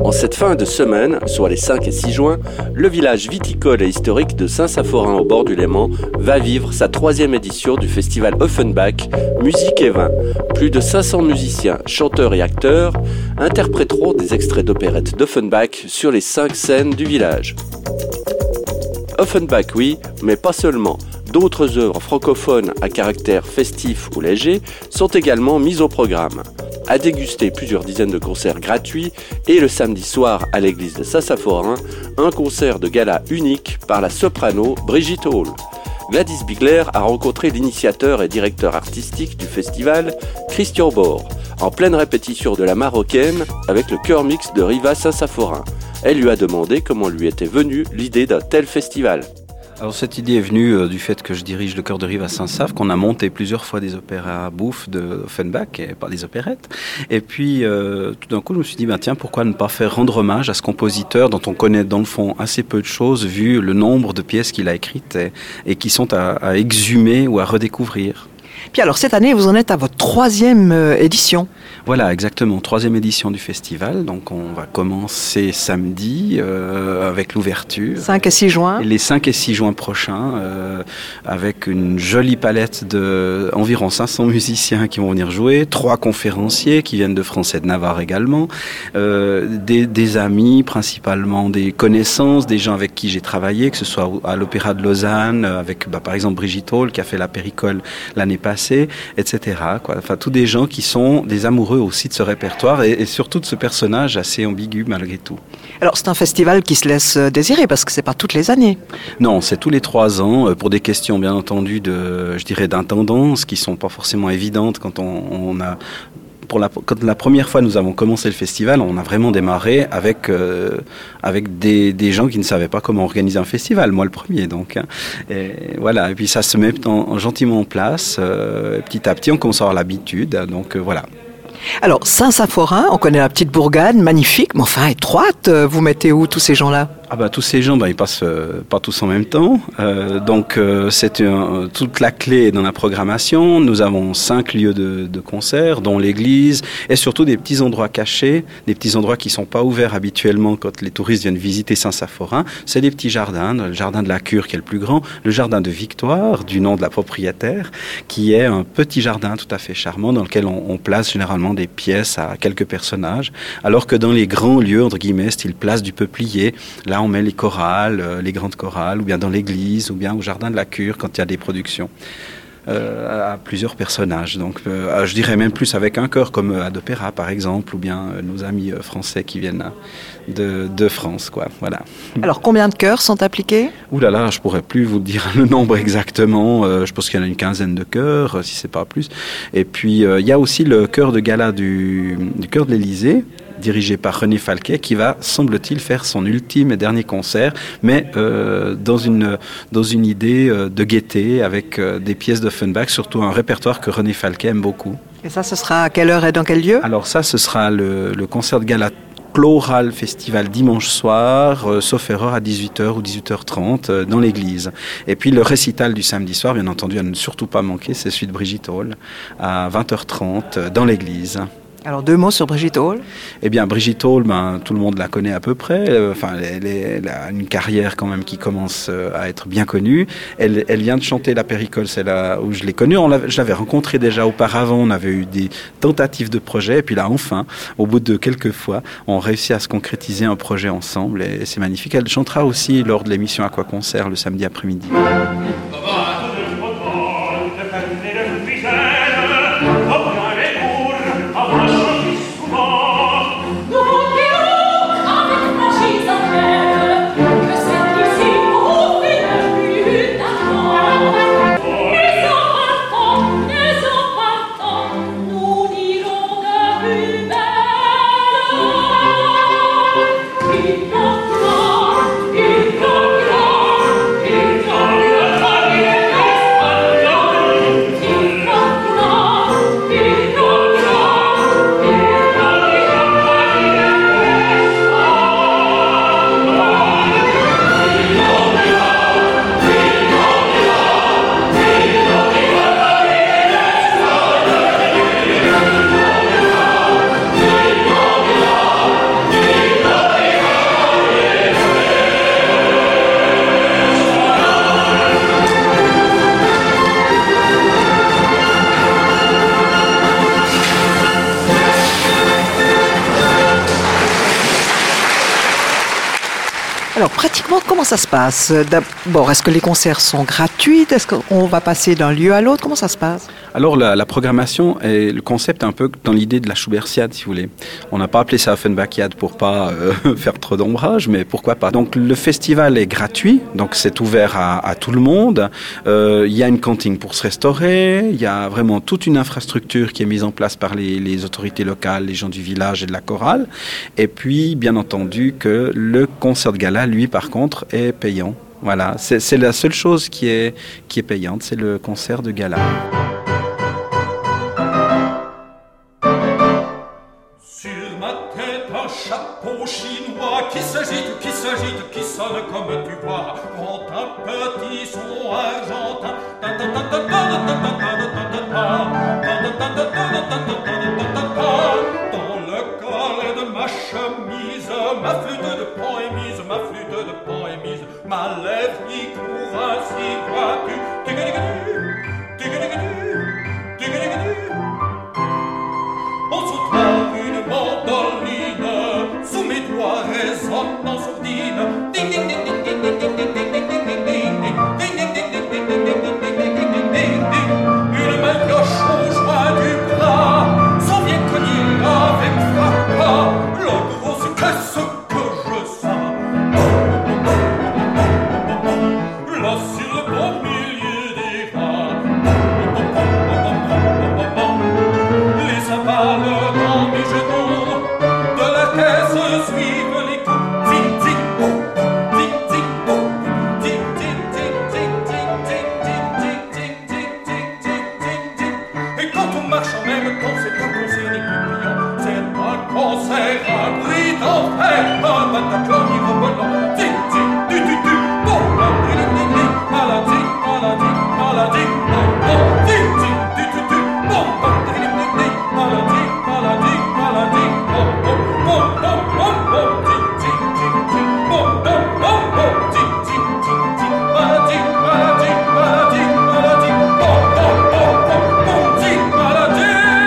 En cette fin de semaine, soit les 5 et 6 juin, le village viticole et historique de Saint-Saphorin au bord du Léman va vivre sa 3e édition du festival Offenbach, musique et vin. Plus de 500 musiciens, chanteurs et acteurs interpréteront des extraits d'opérettes d'Offenbach sur les 5 scènes du village. Offenbach, oui, mais pas seulement. D'autres œuvres francophones à caractère festif ou léger sont également mises au programme. À déguster plusieurs dizaines de concerts gratuits et le samedi soir à l'église de Saint-Saphorin, un concert de gala unique par la soprano Brigitte Hall. Gladys Bigler a rencontré l'initiateur et directeur artistique du festival, Christian Bord, en pleine répétition de la marocaine avec le chœur mixte de Riva Saint-Saphorin. Elle lui a demandé comment lui était venue l'idée d'un tel festival. Alors cette idée est venue du fait que je dirige le chœur de Riva Saint-Sav, qu'on a monté plusieurs fois des opéras bouffe de Offenbach, et pas des opérettes. Et puis tout d'un coup je me suis dit, tiens, pourquoi ne pas faire rendre hommage à ce compositeur dont on connaît dans le fond assez peu de choses vu le nombre de pièces qu'il a écrites et qui sont à exhumer ou à redécouvrir. Puis alors cette année vous en êtes à votre 3e édition. Voilà, exactement, 3e édition du festival. Donc on va commencer samedi avec l'ouverture. 5 et 6 juin. Et les 5 et 6 juin prochains, avec une jolie palette d'environ 500 musiciens qui vont venir jouer, 3 conférenciers qui viennent de France et de Navarre également, des amis, principalement des connaissances, des gens avec qui j'ai travaillé, que ce soit à l'Opéra de Lausanne, avec par exemple Brigitte Hall qui a fait la Péricole l'année passée, etc. Enfin, tous des gens qui sont des amoureux aussi de ce répertoire et surtout de ce personnage assez ambigu malgré tout. Alors c'est un festival qui se laisse désirer parce que c'est pas toutes les années. Non, c'est tous les 3 ans pour des questions bien entendu d'intendance qui sont pas forcément évidentes quand on a... Quand la première fois nous avons commencé le festival, on a vraiment démarré avec des gens qui ne savaient pas comment organiser un festival, moi le premier donc. Et voilà, et puis ça se met gentiment en place, petit à petit on commence à avoir l'habitude, donc voilà. Alors Saint-Saphorin, on connaît la petite bourgade, magnifique, mais enfin étroite, vous mettez où tous ces gens-là ? Tous ces gens, ils passent pas tous en même temps. Donc c'est toute la clé est dans la programmation. Nous avons 5 lieux de concert, dont l'église, et surtout des petits endroits cachés, des petits endroits qui sont pas ouverts habituellement quand les touristes viennent visiter Saint-Saphorin. C'est des petits jardins, le jardin de la Cure qui est le plus grand, le jardin de Victoire, du nom de la propriétaire, qui est un petit jardin tout à fait charmant dans lequel on place généralement des pièces à quelques personnages, alors que dans les grands lieux, entre guillemets, style place du Peuplier, là on met les chorales, les grandes chorales, ou bien dans l'église, ou bien au jardin de la Cure quand il y a des productions à plusieurs personnages. Donc je dirais même plus avec un chœur comme à d'opéra par exemple, ou bien nos amis français qui viennent de France, quoi. Voilà. Alors combien de chœurs sont appliqués ? Ouh là là, je pourrais plus vous dire le nombre exactement. Je pense qu'il y en a une 15aine de chœurs, si c'est pas plus. Et puis il y a aussi le chœur de gala du chœur de l'Élysée, dirigé par René Falquet, qui va, semble-t-il, faire son ultime et dernier concert, mais dans une idée de gaieté, avec des pièces d'Offenbach, surtout un répertoire que René Falquet aime beaucoup. Et ça, ce sera à quelle heure et dans quel lieu ? Alors ça, ce sera le concert de gala Chloral Festival dimanche soir, sauf erreur à 18h ou 18h30 dans l'église. Et puis le récital du samedi soir, bien entendu, à ne surtout pas manquer, c'est celui de Brigitte Hall, à 20h30 dans l'église. Alors 2 mots sur Brigitte Hall. Eh bien Brigitte Hall, tout le monde la connaît à peu près. Elle a une carrière quand même qui commence à être bien connue. Elle vient de chanter la Péricole, c'est là où je l'ai connue. Je l'avais rencontrée déjà auparavant, on avait eu des tentatives de projet. Et puis là enfin, au bout de quelques fois, on réussit à se concrétiser un projet ensemble et c'est magnifique. Elle chantera aussi lors de l'émission Aqua Concert le samedi après-midi. Oh, Alors, pratiquement, comment ça se passe? D'abord, est-ce que les concerts sont gratuits? Est-ce qu'on va passer d'un lieu à l'autre? Comment ça se passe? Alors, la programmation et le concept est un peu dans l'idée de la Schubertiade, si vous voulez. On n'a pas appelé ça Offenbachiade pour pas faire trop d'ombrage, mais pourquoi pas. Donc, le festival est gratuit, donc c'est ouvert à tout le monde. Il y a une cantine pour se restaurer. Il y a vraiment toute une infrastructure qui est mise en place par les autorités locales, les gens du village et de la chorale. Et puis, bien entendu, que le concert de gala, lui, par contre, est payant. Voilà, c'est la seule chose qui est payante, c'est le concert de gala. Sur ma tête un chapeau chinois qui s'agite, qui sonne comme tu vois. Prends un petit son argentin. Dans le collet de ma chemise, ma flûte de pan est mise, ma lèvre qui court ainsi, vois-tu. On se trouve une mandoline sous mes doigts résonnant sourdine. Ding ding ding ding ding ding ding ding ding ding ding ding ding ding ding ding ding ding ding. Une main cloche au joint du bras s'en vient cogner avec fracas la grosse caisse que je sens. Là sur le beau milieu des rats, les cymbales dans mes genoux, de la caisse suivent les coups. Zing zing boum, zing zing boum, zing zing zing zing zing zing zing zing zing zing zing zing zing. Et quand on marche en même temps, c'est un concert des plus brillants. C'est un concert à bruit d'enfer, un Bataclan mirobolant. Zing zing du du du, boum, la ding ding ding, à la ding, à la ding, à la ding, boum boum, zing zing du du du, boum boum, ding ding ding, à la ding, à la ding, à la ding, boum boum, boum boum boum boum, zing zing zing zing, boum boum boum boum, zing zing zing zing, à la ding, à la ding, à la ding, à la ding, boum boum boum boum boum, zing à la ding.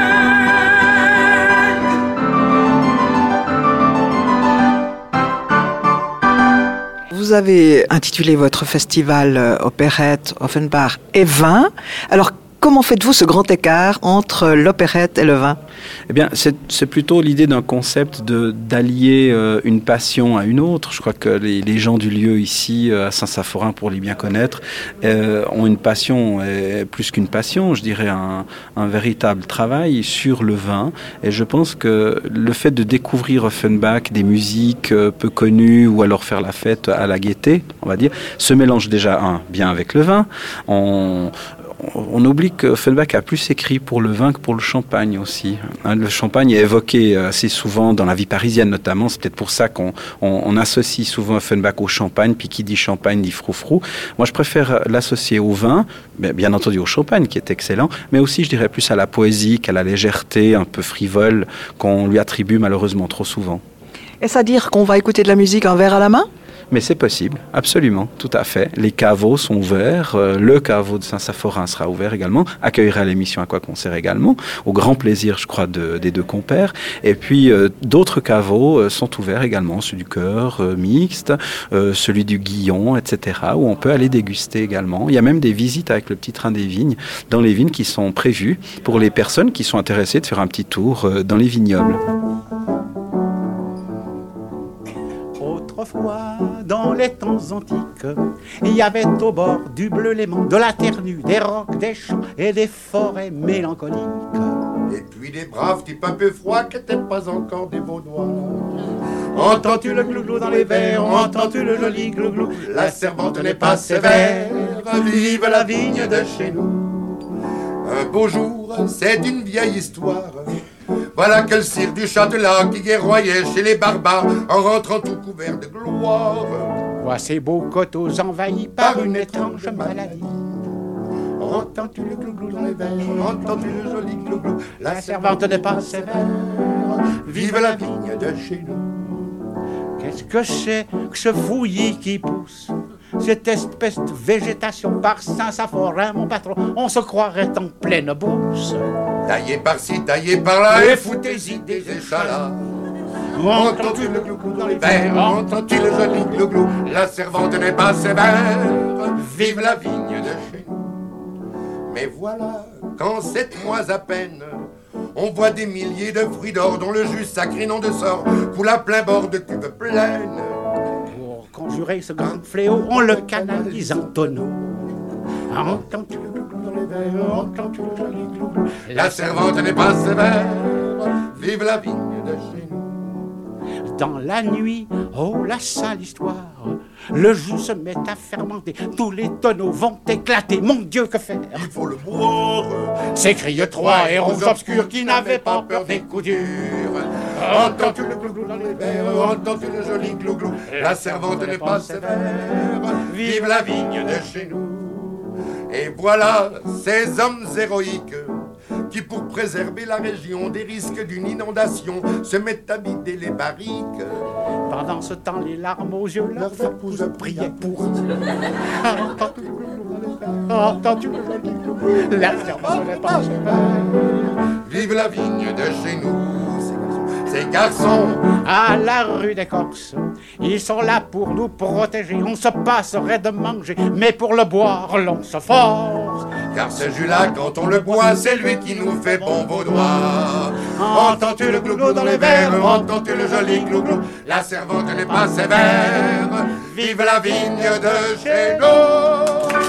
Vous avez intitulé votre festival Opérette, Offenbach et vin. Alors, comment faites-vous ce grand écart entre l'opérette et le vin? Eh bien, c'est plutôt l'idée d'un concept d'allier une passion à une autre. Je crois que les gens du lieu ici, à Saint-Saphorin, pour les bien connaître, ont une passion, plus qu'une passion, je dirais un véritable travail sur le vin. Et je pense que le fait de découvrir Offenbach, des musiques peu connues, ou alors faire la fête à la gaieté, on va dire, se mélange déjà bien avec le vin. On oublie que Offenbach a plus écrit pour le vin que pour le champagne aussi. Le champagne est évoqué assez souvent dans la vie parisienne notamment. C'est peut-être pour ça qu'on associe souvent Offenbach au champagne, puis qui dit champagne dit froufrou. Moi, je préfère l'associer au vin, bien entendu au champagne qui est excellent, mais aussi je dirais plus à la poésie qu'à la légèreté un peu frivole qu'on lui attribue malheureusement trop souvent. Est-ce à dire qu'on va écouter de la musique en verre à la main? Mais c'est possible, absolument, tout à fait. Les caveaux sont ouverts, le caveau de Saint-Saphorin sera ouvert également, accueillera l'émission Aquaconcert également, au grand plaisir, je crois, des deux compères. Et puis, d'autres caveaux sont ouverts également, celui du Cœur, mixte, celui du Guillon, etc., où on peut aller déguster également. Il y a même des visites avec le petit train des vignes, dans les vignes qui sont prévues pour les personnes qui sont intéressées de faire un petit tour dans les vignobles. Autrefois, dans les temps antiques, il y avait au bord du bleu Léman de la terre nue, des rocs, des champs et des forêts mélancoliques. Et puis des braves types un peu froids qui n'étaient pas encore des Vaudois. Entends-tu le glouglou dans les verres, entends-tu le joli glouglou? La servante n'est pas sévère, vive la vigne de chez nous. Un beau jour, c'est une vieille histoire. Voilà que le sire du Châtelain qui guerroyait chez les barbares en rentrant tout couvert de gloire. Vois ces beaux coteaux envahis par une étrange maladie. Entends-tu le glouglou dans les verres, entends-tu le joli glouglou? La servante n'est pas sévère, vive la vigne de chez nous. Qu'est-ce que c'est que ce fouillis qui pousse? Cette espèce de végétation par Saint-Saphorin, mon patron, on se croirait en pleine bourse. Taillé par-ci, taillé par-là, et foutez-y des échalas. Entends-tu le glou-glou dans les verres? Entends-tu le joli glou-glou? La servante n'est pas sévère. Vive la vigne de chez nous. Mais voilà, qu'en 7 mois à peine, on voit des milliers de fruits d'or dont le jus sacré nom de sort coule à plein bord de cuves pleines. Pour conjurer ce grand fléau, on le canalise en tonneau. Entends-tu le glou-glou dans les verres? Entends-tu le joli glou-glou? La servante n'est pas sévère. Vive la vigne de chez nous. Dans la nuit, oh la sale histoire, le jus se met à fermenter, tous les tonneaux vont éclater, mon Dieu que faire? Il faut le boire, s'écrient 3 héros obscurs qui n'avaient pas peur des coups durs. Entends-tu le glou-glou dans les verres? Entends-tu le joli glou-glou? La servante n'est pas sévère. Vive la vigne de chez nous. Et voilà ces hommes héroïques qui, pour préserver la région des risques d'une inondation, se mettent à vider les barriques. Pendant ce temps, les larmes aux yeux, leurs épouses priaient pour. Entends-tu le joli glou-glou? La servante n'est pas sévère. Vive la vigne de chez nous. Ces garçons, à la rue des Corses, ils sont là pour nous protéger. On se passerait de manger, mais pour le boire, l'on se force. Car ce jus-là, quand on le boit, c'est lui qui nous fait bon vaudois. Entends-tu le glou-glou dans les verres? Entends-tu le joli glou-glou? La servante n'est pas sévère. Vive la vigne de chez nous.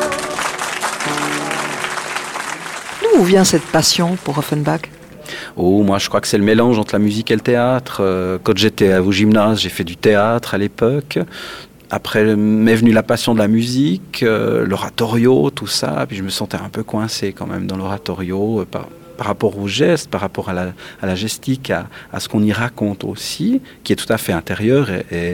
D'où vient cette passion pour Offenbach? Oh, moi je crois que c'est le mélange entre la musique et le théâtre. Quand j'étais au gymnase, j'ai fait du théâtre à l'époque. Après m'est venue la passion de la musique, l'oratorio, tout ça. Puis je me sentais un peu coincé quand même dans l'oratorio par rapport aux gestes, par rapport à la gestique, à ce qu'on y raconte aussi, qui est tout à fait intérieur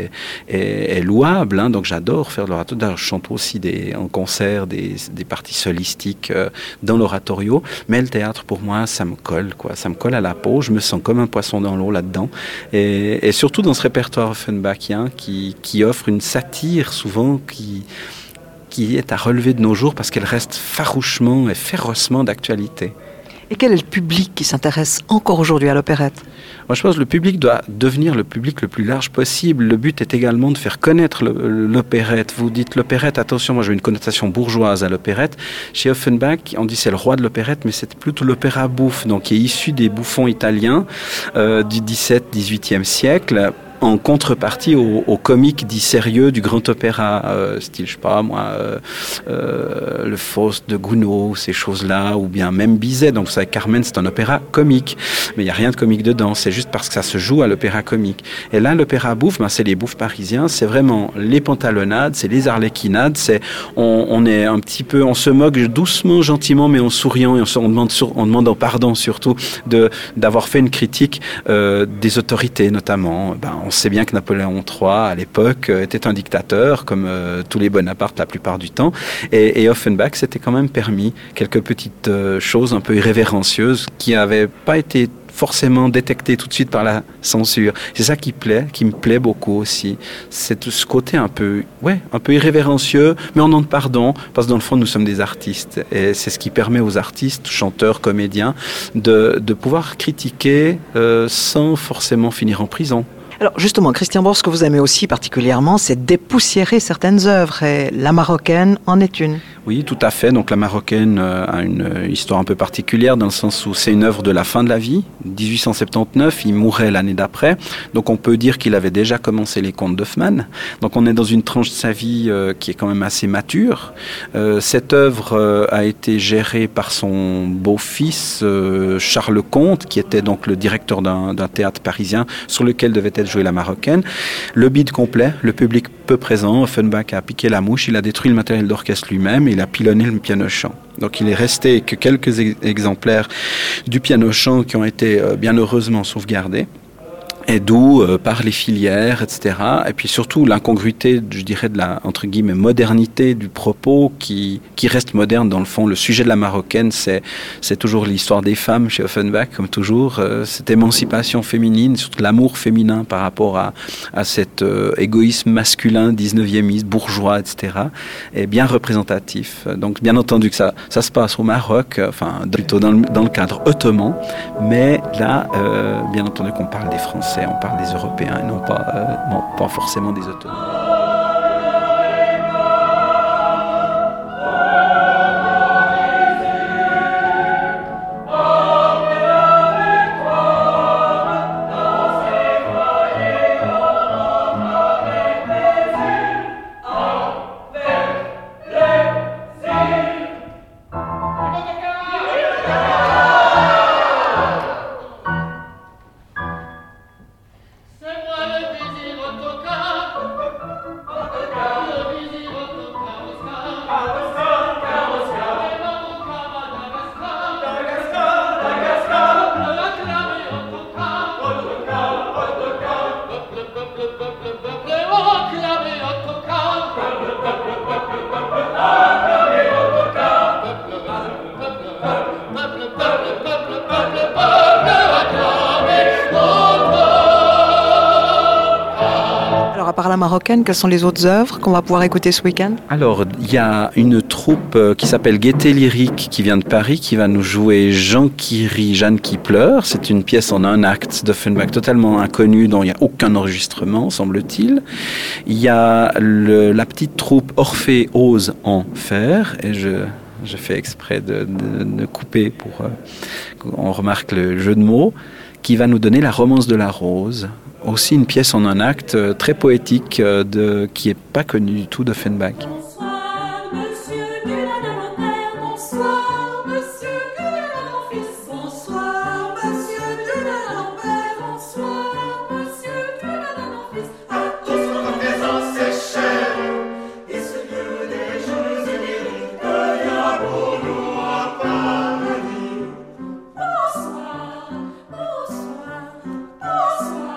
et louable. Hein. Donc j'adore faire de l'oratorio. D'ailleurs, je chante aussi en concert des parties solistiques dans l'oratorio. Mais le théâtre, pour moi, ça me colle, quoi. Ça me colle à la peau. Je me sens comme un poisson dans l'eau là-dedans. Et surtout dans ce répertoire offenbachien qui offre une satire souvent qui est à relever de nos jours parce qu'elle reste farouchement et férocement d'actualité. Et quel est le public qui s'intéresse encore aujourd'hui à l'opérette? Moi, je pense que le public doit devenir le public le plus large possible. Le but est également de faire connaître l'opérette. Vous dites l'opérette, attention, moi j'ai une connotation bourgeoise à l'opérette. Chez Offenbach, on dit c'est le roi de l'opérette, mais c'est plutôt l'opéra bouffe, donc qui est issu des bouffons italiens du 17-18e siècle. En contrepartie au comique dit sérieux du grand opéra, style, je sais pas moi, le Faust de Gounod, ces choses-là, ou bien même Bizet. Donc ça, Carmen, c'est un opéra comique, mais il y a rien de comique dedans. C'est juste parce que ça se joue à l'opéra comique. Et là, l'opéra bouffe, c'est les bouffes parisiens. C'est vraiment les pantalonnades, c'est les arléquinades. C'est on est un petit peu, on se moque doucement, gentiment, mais en souriant et on demande pardon surtout d'avoir fait une critique des autorités notamment. On sait bien que Napoléon III, à l'époque, était un dictateur, comme tous les Bonaparte la plupart du temps. Et Offenbach s'était quand même permis quelques petites choses un peu irrévérencieuses qui n'avaient pas été forcément détectées tout de suite par la censure. C'est ça qui me plaît beaucoup aussi. C'est tout ce côté un peu irrévérencieux, mais on demande pardon, parce que dans le fond, nous sommes des artistes. Et c'est ce qui permet aux artistes, chanteurs, comédiens, de pouvoir critiquer sans forcément finir en prison. Alors justement, Christian Borst, ce que vous aimez aussi particulièrement, c'est dépoussiérer certaines œuvres, et La Marocaine en est une. Oui, tout à fait. Donc La Marocaine a une histoire un peu particulière dans le sens où c'est une œuvre de la fin de la vie. 1879, il mourait l'année d'après. Donc on peut dire qu'il avait déjà commencé les contes d'Hoffmann. Donc on est dans une tranche de sa vie qui est quand même assez mature. Cette œuvre a été gérée par son beau-fils Charles Comte, qui était donc le directeur d'un théâtre parisien sur lequel devait être jouée La Marocaine. Le bide complet, le public peu présent. Offenbach a piqué la mouche, il a détruit le matériel d'orchestre lui-même et il a pilonné le piano-chant. Donc il est resté que quelques exemplaires du piano-chant qui ont été bien heureusement sauvegardés. Et d'où par les filières, etc. Et puis surtout l'incongruité, je dirais, de la, entre guillemets, modernité du propos qui reste moderne dans le fond. Le sujet de La Marocaine, c'est toujours l'histoire des femmes chez Offenbach, comme toujours. Cette émancipation féminine, surtout l'amour féminin par rapport à cet égoïsme masculin, 19e, bourgeois, etc. est bien représentatif. Donc bien entendu que ça se passe au Maroc, enfin plutôt dans le cadre ottoman. Mais là, bien entendu qu'on parle des Français Français, on parle des Européens, non pas forcément des autonomes. Par la marocaine, quelles sont les autres œuvres qu'on va pouvoir écouter ce week-end? Alors, il y a une troupe qui s'appelle Gaieté Lyrique qui vient de Paris, qui va nous jouer Jean qui rit, Jeanne qui pleure. C'est une pièce en un acte d'Offenbach totalement inconnue, dont il n'y a aucun enregistrement, semble-t-il. Il y a la petite troupe Orphée ose en faire, et je fais exprès de couper pour qu'on remarque le jeu de mots, qui va nous donner La romance de la rose. Aussi une pièce en un acte très poétique qui n'est pas connue du tout d'Offenbach. Bonsoir, monsieur Dulain-Lambert, bonsoir, monsieur Dulain-Fils, bonsoir, monsieur Dulain-Lambert, bonsoir, monsieur Dulain-Fils. À tous votre présence est chère, et ce lieu des jeux et des rires, il y a pour nous à Paris. Bonsoir, bonsoir, bonsoir.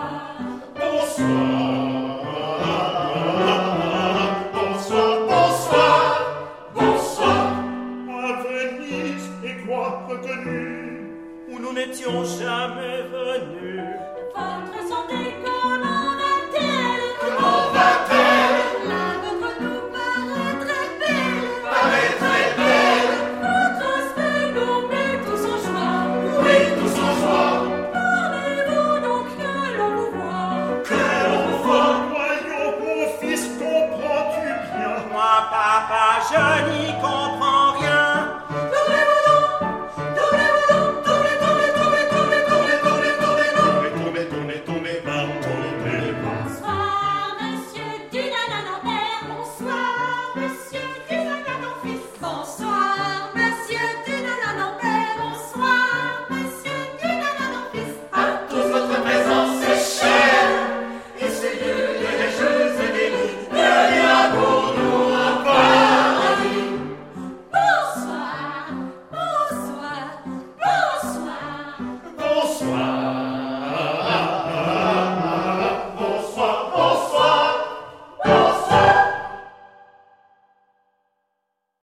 À Venise, étroit reconnu, où nous n'étions jamais venus. Votre santé, comment va-t-elle? Comment va-t-elle? La vôtre nous paraît très belle. Paraît très belle. Votre aspect nous met tous en joie. Oui, tous en joie. Parlez-vous donc que l'on vous voit? Que l'on vous voit. Voyons, mon fils, comprends-tu bien? Moi, papa, je n'y comprends rien. Bonsoir, monsieur Dulain-Lambert, bonsoir, monsieur Dulain-Fils, bonsoir, monsieur Dulain-Lambert, bonsoir, monsieur Dulain-Fils. À tous votre présence est chère, et ce lieu des jeux et des rires, il y a pour nous à Paris. Bonsoir, bonsoir, bonsoir. Bonsoir.